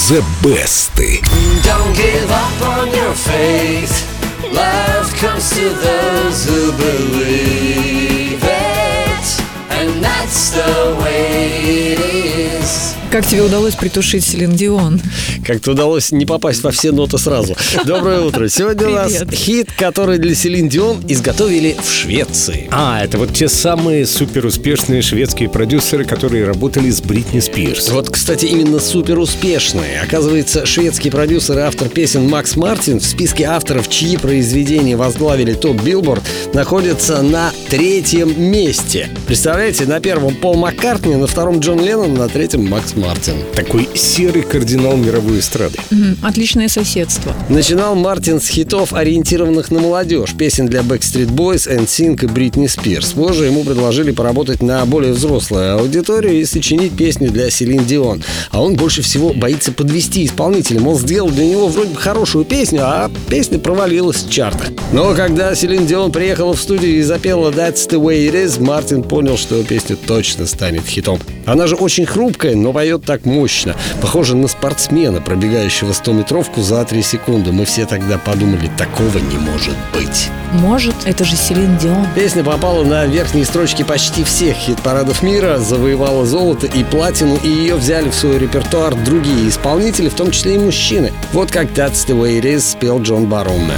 The Best. Don't give up on your faith. Love comes to those who believe it. And that's the way it is. Как тебе удалось притушить Селин Дион? Как-то удалось не попасть во все ноты сразу. Доброе утро. Сегодня у нас хит, который для Селин Дион изготовили в Швеции. Это вот те самые суперуспешные шведские продюсеры, которые работали с Бритни Спирс. Вот, кстати, именно суперуспешные. Оказывается, шведский продюсер и автор песен Макс Мартин в списке авторов, чьи произведения возглавили топ Billboard, находится на 3-м месте. Представляете, на 1-м Пол Маккартни, на 2-м Джон Леннон, на 3-м Макс Мартин. Такой серый кардинал мировой эстрады. Отличное соседство. Начинал Мартин с хитов, ориентированных на молодежь, песен для Backstreet Boys, NSYNC и Бритни Спирс. Позже ему предложили поработать на более взрослую аудиторию и сочинить песню для Селин Дион. А он больше всего боится подвести исполнителя. Мол, сделал для него вроде бы хорошую песню, а песня провалилась с чарта. Но когда Селин Дион приехала в студию и запела «That's the way it is», Мартин понял, что песня точно станет хитом. Она же очень хрупкая, но поет так мощно. Похоже на спортсмена, пробегающего 100-метровку за 3 секунды. Мы все тогда подумали, такого не может быть. Может, это же Селин Дион. Песня попала на верхние строчки почти всех хит-парадов мира, завоевала золото и платину, и ее взяли в свой репертуар другие исполнители, в том числе и мужчины. Вот как «That's the way it is» спел Джон Барон.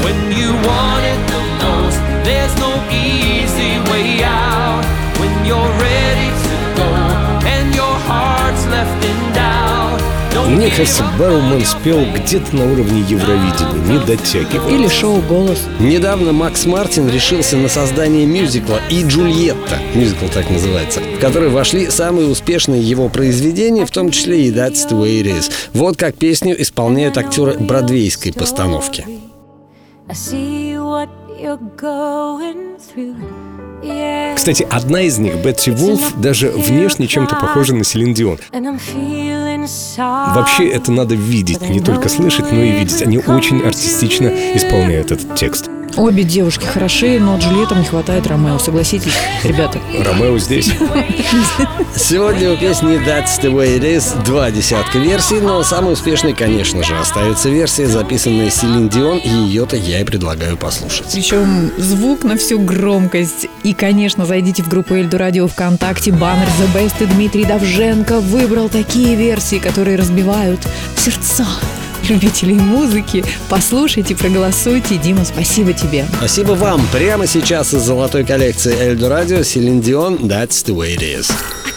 Мне кажется, Барроумэн спел где-то на уровне Евровидения, не дотягивал. Или шоу «Голос». Недавно Макс Мартин решился на создание мюзикла «И Джульетта», мюзикл так называется, в который вошли самые успешные его произведения, в том числе и «That's the way it is». Вот как песню исполняют актеры бродвейской постановки. Кстати, одна из них, Бетси Вулф, даже внешне чем-то похожа на Селин Дион. Вообще это надо видеть, не только слышать, но и видеть. Они очень артистично исполняют этот текст. Обе девушки хороши, но Джульеттам не хватает Ромео. Согласитесь, ребята? Ромео здесь. Сегодня у песни «That's the way it is» 20 версий, но самой успешной, конечно же, остается версия, записанная Селин Дион, и ее-то я и предлагаю послушать. Причем звук на всю громкость. И, конечно, зайдите в группу Эльдо Радио ВКонтакте. Баннер The Best и Дмитрий Довженко выбрал такие версии, которые разбивают сердца любителей музыки. Послушайте, проголосуйте. Дима, спасибо тебе. Спасибо вам. Прямо сейчас из золотой коллекции Эльдо Радио Селин Дион «That's the way it is».